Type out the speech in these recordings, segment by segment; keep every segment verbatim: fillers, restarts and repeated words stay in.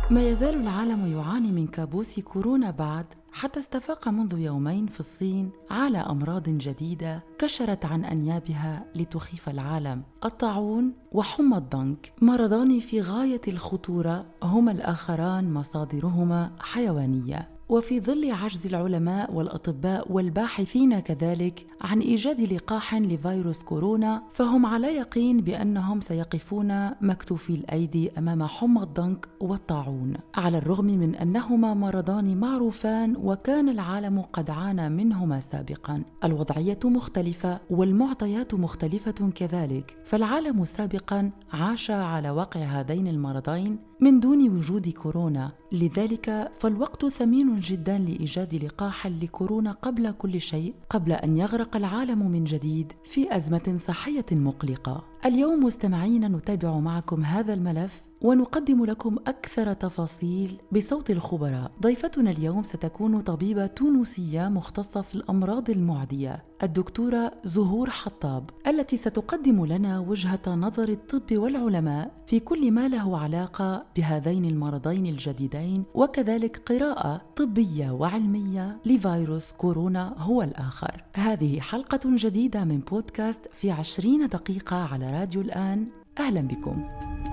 ما يزال العالم يعاني من كابوس كورونا بعد، حتى استفاق منذ يومين في الصين على أمراض جديدة كشرت عن أنيابها لتخيف العالم. الطاعون وحمى الضنك، مرضان في غاية الخطورة، هما الآخران مصادرهما حيوانية. وفي ظل عجز العلماء والأطباء والباحثين كذلك عن إيجاد لقاح لفيروس كورونا، فهم على يقين بأنهم سيقفون مكتوفي الأيدي أمام حمى الضنك والطاعون، على الرغم من أنهما مرضان معروفان وكان العالم قد عانى منهما سابقا. الوضعية مختلفة والمعطيات مختلفة كذلك، فالعالم سابقا عاش على واقع هذين المرضين من دون وجود كورونا، لذلك فالوقت ثمين جدا لإيجاد لقاح لكورونا قبل كل شيء، قبل أن يغرق العالم من جديد في أزمة صحية مقلقة. اليوم مستمعين نتابع معكم هذا الملف ونقدم لكم أكثر تفاصيل بصوت الخبراء. ضيفتنا اليوم ستكون طبيبة تونسية مختصة في الأمراض المعدية، الدكتورة زهور حطاب، التي ستقدم لنا وجهة نظر الطب والعلماء في كل ما له علاقة بهذين المرضين الجديدين، وكذلك قراءة طبية وعلمية لفيروس كورونا هو الآخر. هذه حلقة جديدة من بودكاست في عشرين دقيقة على راديو الآن. أهلا بكم.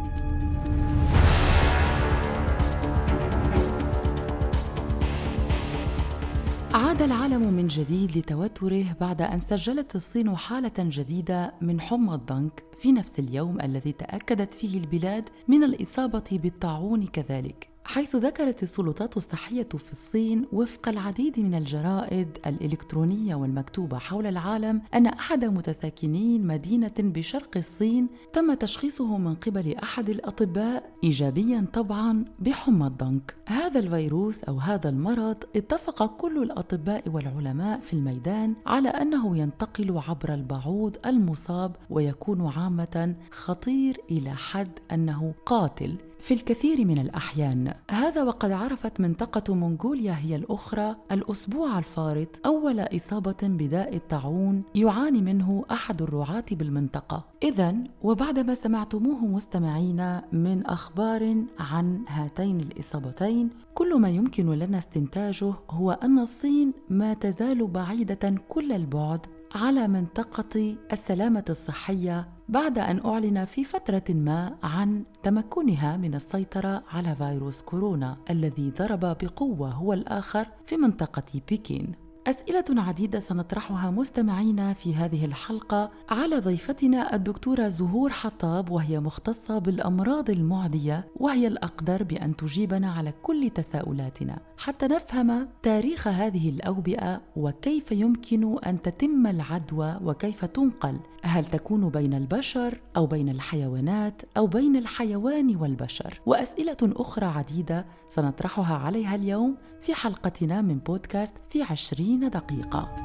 عاد العالم من جديد لتوتره بعد أن سجلت الصين حالة جديدة من حمى الضنك في نفس اليوم الذي تأكدت فيه البلاد من الإصابة بالطاعون كذلك، حيث ذكرت السلطات الصحية في الصين وفق العديد من الجرائد الإلكترونية والمكتوبة حول العالم أن أحد متساكنين مدينة بشرق الصين تم تشخيصه من قبل أحد الأطباء إيجابياً طبعاً بحمى الضنك. هذا الفيروس أو هذا المرض اتفق كل الأطباء والعلماء في الميدان على أنه ينتقل عبر البعوض المصاب ويكون عامة خطير إلى حد أنه قاتل في الكثير من الأحيان. هذا وقد عرفت منطقة منغوليا هي الأخرى الأسبوع الفارط أول إصابة بداء الطاعون يعاني منه أحد الرعاة بالمنطقة. إذن وبعدما سمعتموه مستمعين من أخبار عن هاتين الإصابتين، كل ما يمكن لنا استنتاجه هو أن الصين ما تزال بعيدة كل البعد على منطقة السلامة الصحية بعد أن أعلن في فترة ما عن تمكنها من السيطرة على فيروس كورونا الذي ضرب بقوة هو الآخر في منطقة بكين. أسئلة عديدة سنطرحها مستمعينا في هذه الحلقة على ضيفتنا الدكتورة زهور حطاب، وهي مختصة بالأمراض المعدية، وهي الأقدر بأن تجيبنا على كل تساؤلاتنا حتى نفهم تاريخ هذه الأوبئة وكيف يمكن أن تتم العدوى وكيف تنقل، هل تكون بين البشر أو بين الحيوانات أو بين الحيوان والبشر، وأسئلة أخرى عديدة سنطرحها عليها اليوم في حلقتنا من بودكاست في عشرين دقيقة.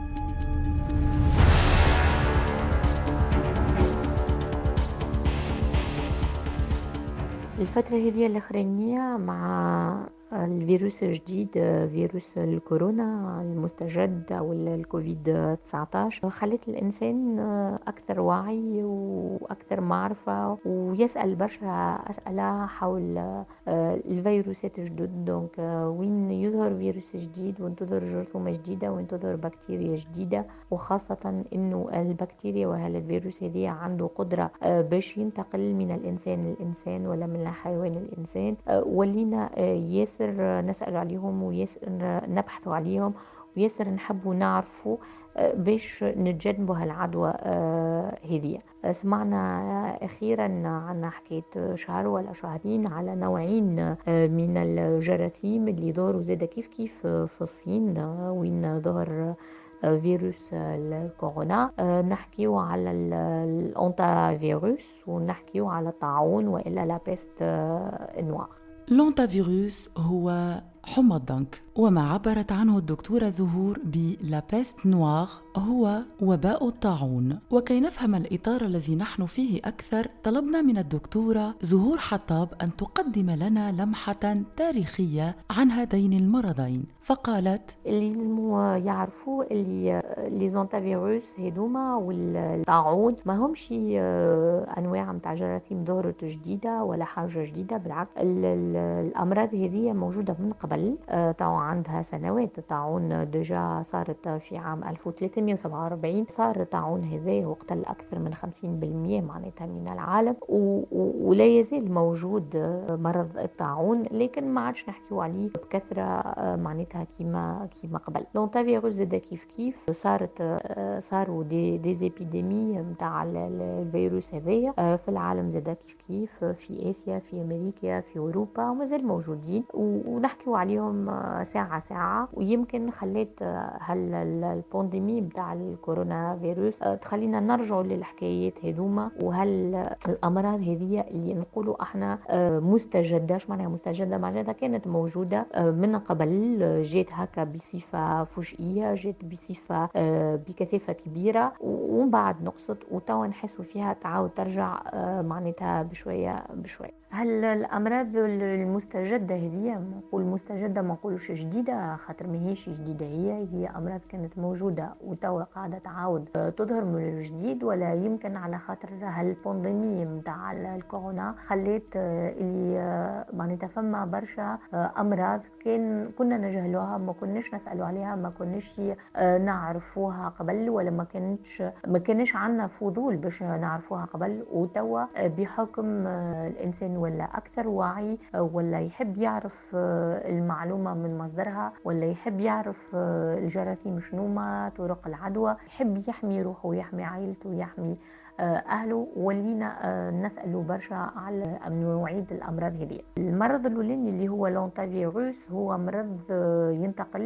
الفترة هذه الأخرانية مع الفيروس الجديد فيروس الكورونا المستجد أو الكوفيد تسعة عشر خلت الإنسان أكثر وعي وأكثر معرفة ويسأل برشا أسئلة حول الفيروسات الجدد. دونك وين يظهر فيروس جديد وين تظهر جرثومة جديدة وين تظهر بكتيريا جديدة، وخاصة إنه البكتيريا وهذا الفيروس هذه عنده قدرة باش ينتقل من الإنسان للإنسان ولا من الحيوان للإنسان. ولينا ياسر نسأل عليهم وياسر نبحث عليهم وياسر نحبوا نعرفوا باش نتجنبوا هالعدوى هذه. سمعنا أخيرا عن حكاية شهر ولا شهرين على نوعين من الجراثيم اللي ظهروا زاد كيف كيف في الصين وين ظهر فيروس الكورونا. نحكيو على الأنتا فيروس ونحكيو على الطاعون وإلا لابيست نوار. الأنتا فيروس هو حمى الضنك، وما عبرت عنه الدكتورة زهور بلابيست نوار هو وباء الطاعون. وكي نفهم الإطار الذي نحن فيه أكثر، طلبنا من الدكتورة زهور حطاب أن تقدم لنا لمحة تاريخية عن هذين المرضين، فقالت: اللي لازموا يعرفوا اللي لي زونتافيروس هذوما والطاعون ما همش انواع متاع جراثيم ظهرت جديده ولا حاجه جديده، بالعكس الامراض هذه موجوده من قبل، طاعون عندها سنوات. الطاعون ديجا صارت في عام ألف وثلاثمئة وسبعة وأربعين، صار الطاعون هذا وقتل اكثر من خمسين بالمئة معناتها من العالم، ولا يزال موجود مرض الطاعون، لكن ما عادش نحكيو عليه بكثره معناتها كيما كيما قبل. لونتافيروس زاد كيف كيف صارت صاروا دي دي زيبيديمي نتاع الفيروس هذايا في العالم، زاد كيف كيف في اسيا، في امريكا، في اوروبا، ومازال موجودين ونحكيو عليهم ساعه ساعه. ويمكن خليت هل البانديمي نتاع الكورونا فيروس تخلينا نرجعوا للحكايات هذوما، وهل الامراض هذه اللي نقولوا احنا مستجده، اش معناها مستجده؟ معناتها كانت موجوده من قبل، جات هكا بصفة فجئية، جات بصفة بكثافة كبيرة، ومن بعد نقصت، وتوا نحسوا فيها تعاود ترجع معناتها بشوية بشوية. هل الأمراض المستجدة هذه، نقول مستجدة ما نقولوش جديدة، خاطر ماهيش جديدة، هي هي أمراض كانت موجودة وتوا قاعدة تعاود تظهر من الجديد، ولا يمكن على خاطر هالبانديمي متاع الكورونا خليت اللي معناتها فما برشا أمراض كان كنا نجهلوها، ما كناش نسألوا عليها، ما كناش نعرفوها قبل، ولا ما كانتش ما كانش عندنا فضول باش نعرفوها قبل، وتوا بحكم الإنسان ولا أكثر وعي، ولا يحب يعرف المعلومة من مصدرها، ولا يحب يعرف الجراثيم شنوما طرق العدوى، يحب يحمي روحه ويحمي عائلته ويحمي أهله، ولينا نسألوا برشا على نوعية الأمراض هذه. المرض الأولاني اللي هو لونتافيروس هو مرض ينتقل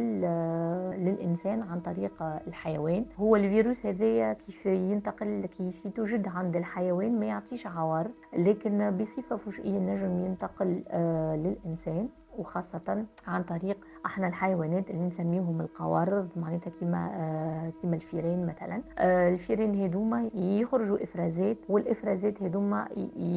للإنسان عن طريق الحيوان. هو الفيروس هذا كيف ينتقل، كيف يتوجد عند الحيوان ما يعطيش عوار، لكن بصفة فجئية نجم ينتقل للإنسان، وخاصة عن طريق احنا الحيوانات اللي نسميهم القوارض، معناتها كيما آه كيما الفيران مثلا. آه الفيران هذوما يخرجوا افرازات، والافرازات هذوما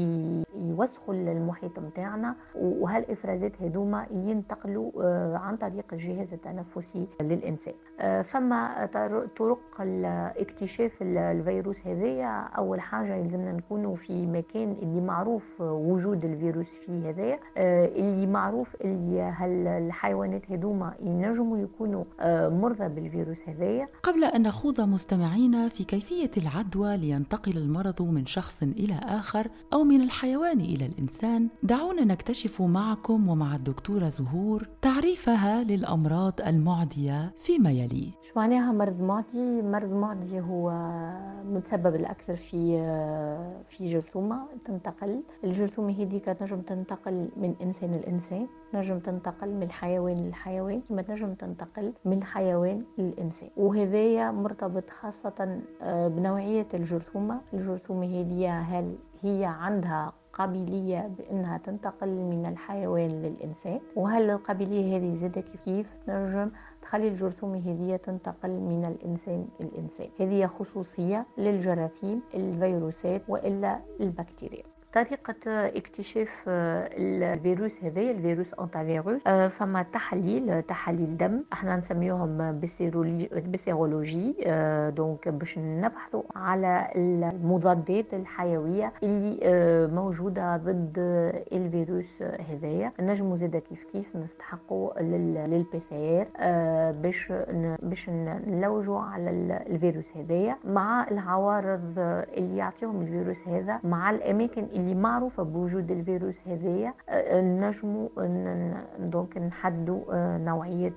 يوسخوا المحيط نتاعنا، وهالافرازات هذوما ينتقلوا آه عن طريق الجهاز التنفسي للانسان. آه فما طرق اكتشاف الفيروس هذايا. اول حاجه يلزمنا نكونوا في مكان اللي معروف وجود الفيروس فيه هذايا، آه اللي معروف اللي هالحيوانات هذوما ينجموا يكونوا مرضى بالفيروس هذايا. قبل أن نخوض مستمعينا في كيفية العدوى لينتقل المرض من شخص إلى آخر أو من الحيوان إلى الإنسان، دعونا نكتشف معكم ومع الدكتورة زهور تعريفها للأمراض المعدية فيما يلي. شو معناها مرض معدي؟ مرض معدي هو متسبب الأكثر في في جرثومة تنتقل. الجرثومة هذه تنجم تنتقل من إنسان لإنسان، نجم تنتقل من الحيوان للحيوان، كما تنجم تنتقل من الحيوان للإنسان، وهذايا مرتبط خاصة بنوعية الجرثومة. الجرثومة هذه هل هي عندها قابلية بأنها تنتقل من الحيوان للإنسان، وهل القابلية هذه زادة كيف تنجم تخلي الجرثومة هذه تنتقل من الإنسان للإنسان. هذه خصوصية للجراثيم، الفيروسات وإلا البكتيريا. طريقة اكتشاف الفيروس هذا، الفيروس انتافيروس، فما تحاليل تحاليل دم احنا نسميهم بسيرولوجي، دونك باش نبحثوا على المضادات الحيوية اللي موجودة ضد الفيروس هذايا. نجموا زادا كيف كيف نستحقوا للبي سي ار باش باش نلوجوا على الفيروس هذايا مع العوارض اللي يعطيهم الفيروس هذا، مع الاماكن اللي معروفة بوجود الفيروس هذايا، نجموا دونك نحدوا نوعية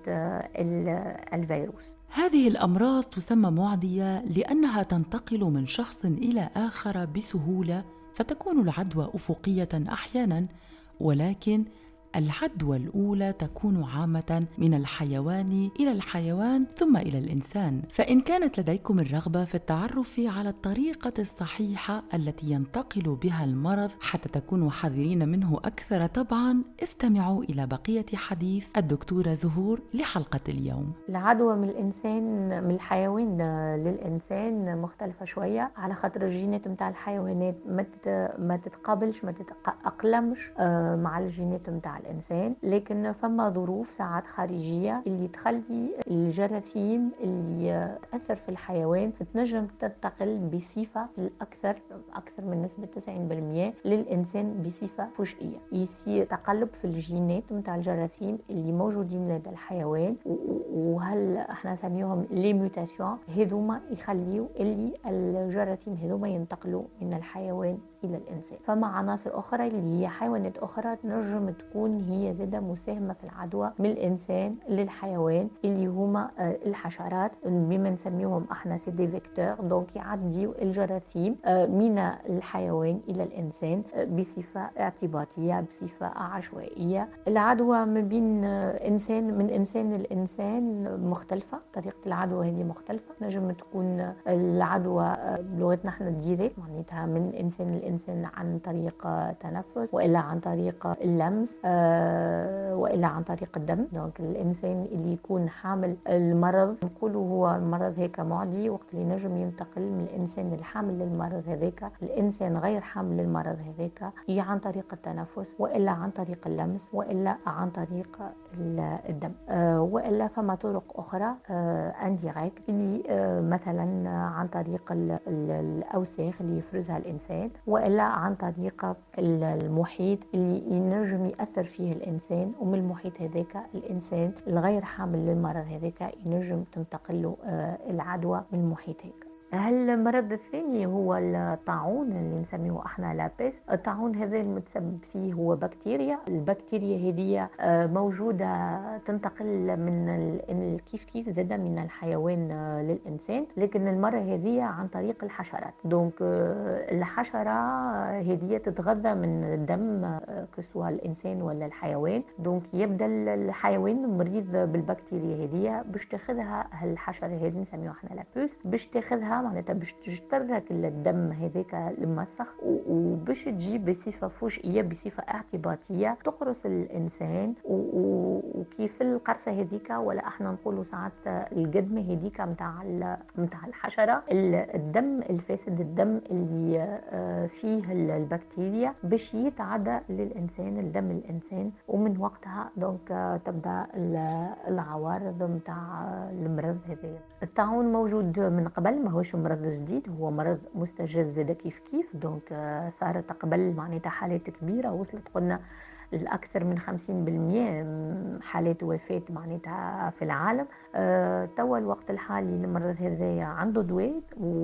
الفيروس. هذه الأمراض تسمى معدية لأنها تنتقل من شخص إلى آخر بسهولة، فتكون العدوى أفقية أحيانا، ولكن العدوى الأولى تكون عامة من الحيوان إلى الحيوان ثم إلى الإنسان، فإن كانت لديكم الرغبة في التعرف على الطريقة الصحيحة التي ينتقل بها المرض حتى تكونوا حذرين منه أكثر، طبعا استمعوا إلى بقية حديث الدكتورة زهور لحلقة اليوم. العدوى من الإنسان من الحيوان للإنسان مختلفة شوية، على خاطر الجينات متاع الحيوانات ما تتقابلش ما تتأقلمش مع الجينات متاع الإنسان، لكن فما ظروف ساعات خارجية اللي تخلي الجراثيم اللي تأثر في الحيوان تنجم تنتقل بصفة الأكثر أكثر من نسبة تسعين بالمئة للإنسان بصفة فجئية. يصير تقلب في الجينات متاع الجراثيم اللي موجودين لدى الحيوان، وهل احنا نسميهم لي ميوتاسيون، هذوما يخليوا اللي الجراثيم هذوما ينتقلوا من الحيوان إلى الإنسان. فما عناصر أخرى اللي هي حيوانات أخرى تنجم تكون هي زادة مساهمة في العدوى من الإنسان للحيوان، اللي هما الحشرات بما نسميهم احنا سي دي فيكتور، دونك يعديوا الجراثيم من الحيوان إلى الإنسان بصفة اعتباطية بصفة عشوائية. العدوى من بين إنسان من إنسان لإنسان مختلفة، طريقة العدوى هذه مختلفة. نجم تكون العدوى بلغتنا احنا ديريكت، معناتها من إنسان لإنسان عن طريق تنفس، وإلا عن طريق اللمس، وإلا عن طريق الدم. دونك الإنسان اللي يكون حامل المرض نقولوا هو المرض هيك معدي، وقت اللي نجم ينتقل من الإنسان الحامل للمرض هذاك الإنسان غير حامل للمرض هذاك، هي عن طريق التنفس، وإلا عن طريق اللمس، وإلا عن طريق الدم، وإلا فما طرق أخرى انديريكت اللي مثلا عن طريق الأوساخ اللي يفرزها الإنسان، وإلا عن طريق المحيط اللي ينجم يأثر فيه الإنسان، ومن المحيط هذاك الإنسان الغير حامل للمرض هذاك ينجم تنتقل له العدوى من المحيط هيك. هل المرض الثاني هو الطاعون اللي نسميه احنا لابيس. الطاعون هذا المتسبب فيه هو بكتيريا. البكتيريا هذه موجودة تنتقل من كيف كيف زاد من الحيوان للإنسان، لكن المرة هذه عن طريق الحشرات. دونك الحشرة هذه تتغذى من الدم كسوا الإنسان ولا الحيوان، دونك يبدأ الحيوان مريض بالبكتيريا هذه باش تاخذها الحشرة هذه نسميها احنا لابيس، باش تاخذها معناتها باش تجترك الدم هذاك المسخ، وباش تجي بصفه فجئيه بصفه اعتباطيه تقرص الانسان. وكيف القرصه هذيك ولا احنا نقولوا ساعات القدمه هذيك نتاع نتاع الحشره، الدم الفاسد، الدم اللي فيه البكتيريا باش يتعدى للانسان الدم الانسان، ومن وقتها دونك تبدا العوارض نتاع المرض هذا. الطاعون موجود من قبل، ماهوش مرض جديد، هو مرض مستجد زاد كيف كيف. دونك صارت قبل معناتها حالات كبيره، وصلت قلنا الأكثر من خمسين بالمئة حالات وفاة معناتها في العالم. أه توا الوقت الحالي المرض هذا عنده دواء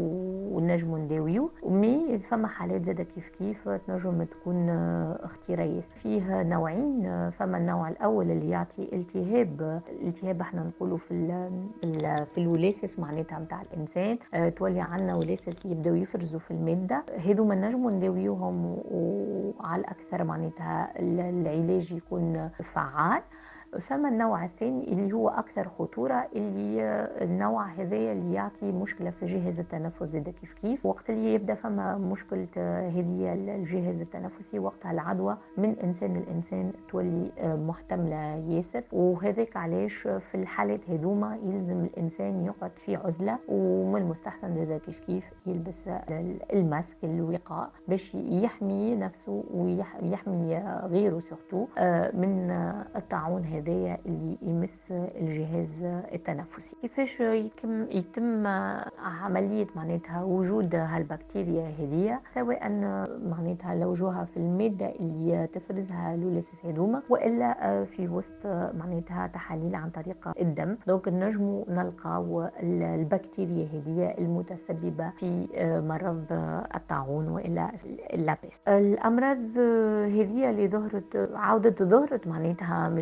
ونجموا نداويوه، ومي فما حالات زادة كيف كيف تنجم تكون اخترايات. فيه نوعين، فما النوع الأول اللي يعطي التهاب الالتهاب احنا نقولوا في ال في الولاسس معناتها نتاع الإنسان. أه تولي عندنا ولاسس يبداو يفرزوا في المادة، هذو ما نجموا نداويوهم وعلى الأكثر معناتها العلاج يكون فعال. فما النوع الثاني اللي هو أكثر خطورة، اللي النوع هذا اللي يعطي مشكلة في الجهاز التنفسي زاد كيف كيف. وقت اللي يبدأ فما مشكلة هذه الجهاز التنفسي، وقتها العدوى من إنسان لإنسان تولي محتملة ياسر. وهذاك علاش في الحالات هذوما يلزم الإنسان يقعد في عزلة، ومن المستحسن زاد كيف كيف يلبس الماسك الوقاء باش يحمي نفسه ويحمي غيره سورتو من الطاعون هذا اللي يمس الجهاز التنفسي. كيفاش يتم عملية معناتها وجود هالبكتيريا هذه، سواء معناتها لوجودها في المادة اللي تفرزها الولاسس هذوما، وإلا في وسط معناتها تحاليل عن طريق الدم. دونك نجموا نلقاو البكتيريا هذه المتسببة في مرض الطاعون وإلا اللابيس. الأمراض هذه اللي ظهرت عودت ظهرت معناتها من الوجدان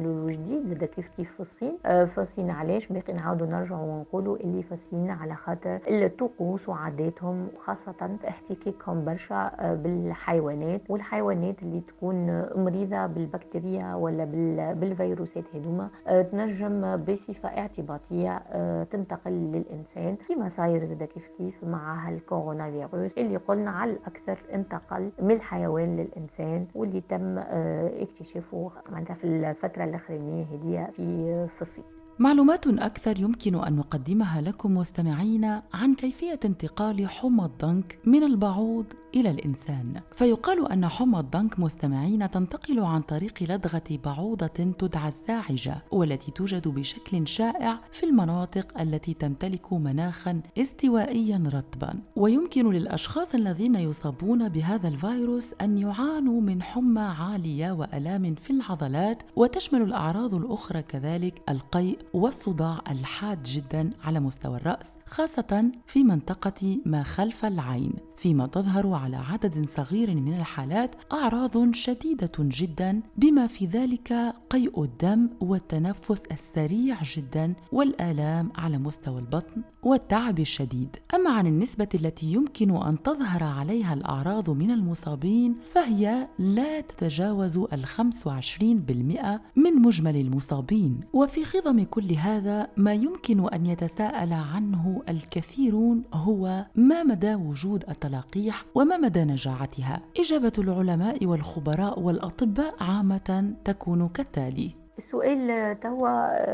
جديد زاد كيف كيف في الصين. في الصين علاش باقي نعاودوا نرجعوا ونقولوا اللي في الصين على خاطر الطقوس وعاداتهم، وخاصة احتكاكهم برشا بالحيوانات، والحيوانات اللي تكون مريضة بالبكتيريا ولا بالفيروسات هذوما تنجم بصفة اعتباطية تنتقل للإنسان، كما صاير زاد كيف كيف مع الكورونا فيروس اللي قلنا على الأكثر انتقل من الحيوان للإنسان، واللي تم اكتشافه معناتها في الفترة الأخرانية هذه في في الصين. معلومات أكثر يمكن أن نقدمها لكم مستمعين عن كيفية انتقال حمى الضنك من البعوض إلى الإنسان. فيقال أن حمى الضنك مستمعين تنتقل عن طريق لدغة بعوضة تدعى الزاعجة، والتي توجد بشكل شائع في المناطق التي تمتلك مناخا استوائيا رطبا. ويمكن للأشخاص الذين يصابون بهذا الفيروس أن يعانوا من حمى عالية وآلام في العضلات، وتشمل الأعراض الأخرى كذلك القيء والصداع الحاد جدا على مستوى الرأس، خاصة في منطقة ما خلف العين، فيما تظهر على عدد صغير من الحالات أعراض شديدة جدا، بما في ذلك قيء الدم والتنفس السريع جدا والآلام على مستوى البطن والتعب الشديد. أما عن النسبة التي يمكن أن تظهر عليها الأعراض من المصابين فهي لا تتجاوز الخمس وعشرين بالمئة من مجمل المصابين. وفي خضم كل هذا ما يمكن أن يتساءل عنه الكثيرون هو ما مدى وجود التلقيح وما مدى نجاعتها. إجابة العلماء والخبراء والأطباء عامة تكون كالتالي. السؤال توا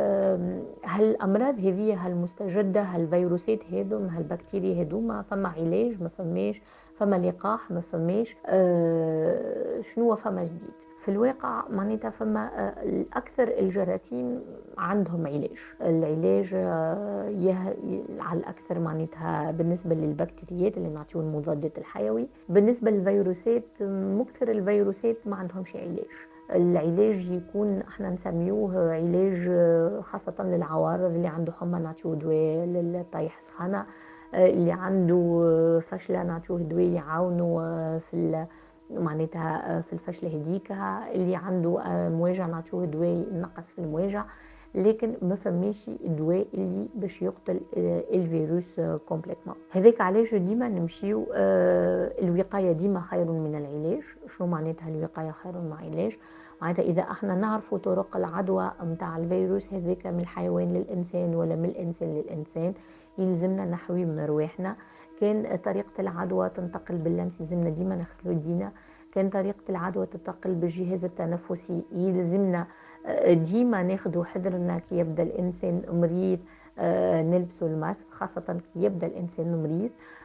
هل الأمراض هذه هل مستجدة، هل الفيروسات هذوم، هل البكتيريا هذوما فما علاج ما فماش، فما لقاح ما فماش، أه شنو فما جديد؟ في الواقع معناتها فما أه أكثر الجراثيم عندهم علاج. العلاج أه يه على الأكثر معناتها بالنسبة للبكتيريات اللي نعطيو المضادات الحيوي. بالنسبة للفيروسات مكثر الفيروسات ما عندهمش علاج. العلاج يكون احنا نسميوه علاج خاصة للعوارض، اللي عنده حمى نعطيوه دواء للطيح سخانة، اللي عنده فشلة نعطيوه دواء يعاونوا في معناتها في الفشلة هذيك، اللي عنده مواجع نعطيوه دواء ينقص في المواجع، لكن ما فماش دواء اللي باش يقتل الفيروس كومبليتمون. هذاك علاش ديما نمشيو الوقاية ديما خير من العلاج. شنو معناتها الوقاية خير من العلاج؟ معناتها إذا احنا نعرفوا طرق العدوى متاع الفيروس هذاك من الحيوان للإنسان ولا من الإنسان للإنسان، يلزمنا نحوي من رواحنا. كان طريقة العدوى تنتقل باللمس يلزمنا ديما نغسلوا يدينا. كان طريقة العدوى تنتقل بالجهاز التنفسي يلزمنا ديما ناخدوا حذرنا كي يبدا الانسان مريض، نلبسوا الماسك، خاصه كي يبدا الانسان مريض،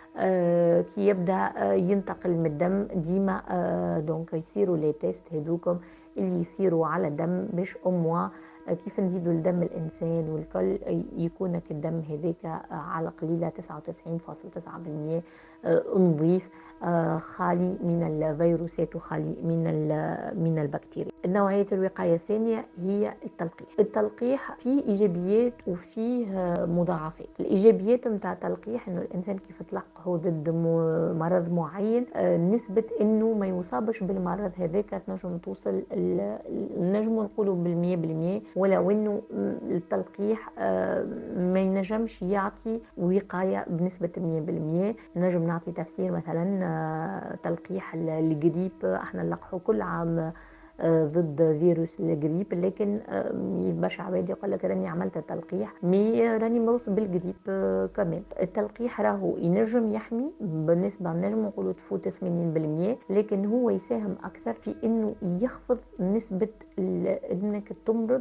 كي يبدا ينتقل من الدم ديما دونك يصيروا لي تيست هذوكم اللي يصيروا على الدم باش اموا كيف نزيدوا الدم الانسان والكل يكون الدم هذاك على قليله تسعة وتسعين فاصلة تسعة بالمئة نظيف، خالي من الفيروسات وخالي من من البكتيريا. النوعية الوقاية الثانية هي التلقيح. التلقيح فيه إيجابيات وفيه مضاعفات. الإيجابيات متاع التلقيح إنه الإنسان كيف تلقحه ضد مرض معين نسبة إنه ما يصابش بالمرض هذاك تنجم توصل نجم نقوله بالمية بالمية، ولو إنه التلقيح ما ينجمش يعطي وقاية بنسبة مية بالمية. نجم نعطي تفسير مثلا تلقيح الجريب، احنا نلقحه كل عام ضد فيروس الجريب، لكن برشا عباد يقول لك راني عملت التلقيح مي راني مرض بالجريب كمان. التلقيح راهو ينجم يحمي بالنسبه نجم نقولوا تفوت ثمانين بالمية، لكن هو يساهم اكثر في انه يخفض نسبه انك تمرض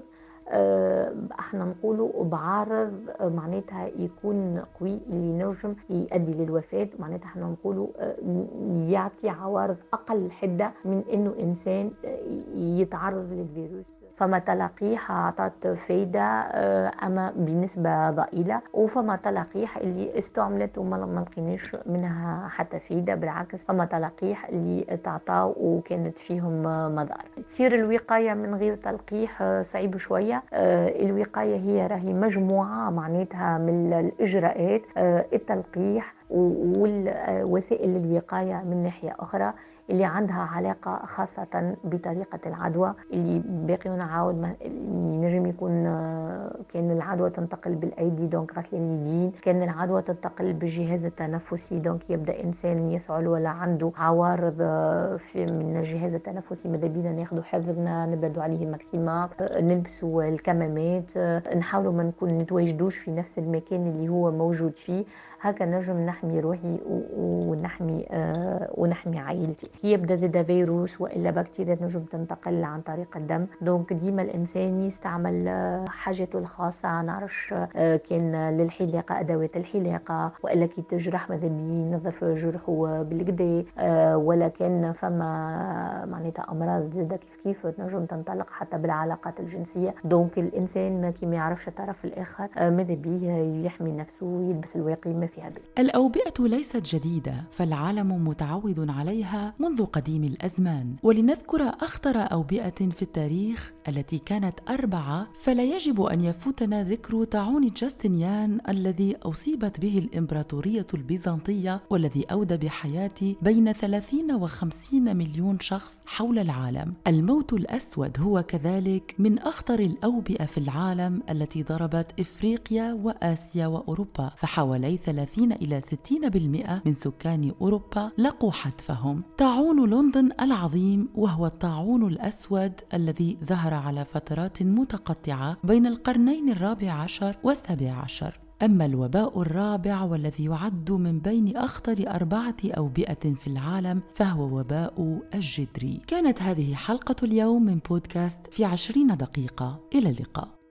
احنا نقولوا بعارض معناتها يكون قوي اللي نجم يؤدي للوفاة. معناتها احنا نقولوا يعطي عوارض اقل حدة من انه انسان يتعرض للفيروس. فما تلقيح عطت فايدة أما بنسبة ضئيلة، وفما تلقيح اللي استعملت وما لقيناش منها حتى فايدة، بالعكس فما تلقيح اللي تعطاو وكانت فيهم مضار. تصير الوقاية من غير تلقيح صعيب شوية. الوقاية هي راهي مجموعة معناتها من الإجراءات، التلقيح والوسائل الوقاية من ناحية أخرى اللي عندها علاقة خاصة بطريقة العدوى، اللي باقي نعاود نجم يكون كان العدوى تنتقل بالأيدي دونك غسل اليدين، كان العدوى تنتقل بالجهاز التنفسي دونك يبدأ إنسان يسعل ولا عنده عوارض في من الجهاز التنفسي، ماذا بينا ناخذ حذرنا، نبعدوا عليه الماكسيموم، نلبسوا الكمامات، نحاولوا ما نكون نتواجدوش في نفس المكان اللي هو موجود فيه، هكا نجم نحمي روحي ونحمي آه ونحمي عائلتي. يبدا زاد فيروس والا بكتيريا نجم تنتقل عن طريق الدم، دونك ديما الانسان يستعمل آه حاجته الخاصه، نعرفش آه كان للحلاقه ادوات الحلاقه، والا كي تجرح ماذا ينظف جرحه بالكدا، آه ولا كان فما معناتها امراض زاد كيف كيف تنجم تنطلق حتى بالعلاقات الجنسيه، دونك الانسان كي ما يعرفش الطرف الاخر آه ماذا بيه يحمي نفسه ويلبس الواقي ما فيها بيه. الأوبئة ليست جديدة، فالعالم متعود عليها منذ قديم الأزمان. ولنذكر أخطر أوبئة في التاريخ التي كانت أربعة، فلا يجب أن يفوتنا ذكر طاعون جاستنيان الذي أصيبت به الإمبراطورية البيزنطية، والذي أودى بحياة بين ثلاثين وخمسين مليون شخص حول العالم. الموت الأسود هو كذلك من أخطر الأوبئة في العالم التي ضربت إفريقيا وآسيا وأوروبا، فحوالي ثلاثين إلى ستين بالمئة من سكان أوروبا لقوا حتفهم. طاعون لندن العظيم وهو الطاعون الأسود الذي ظهر على فترات متقطعة بين القرنين الرابع عشر والسابع عشر. أما الوباء الرابع والذي يعد من بين أخطر أربعة أوبئة في العالم فهو وباء الجدري. كانت هذه حلقة اليوم من بودكاست في عشرين دقيقة، إلى اللقاء.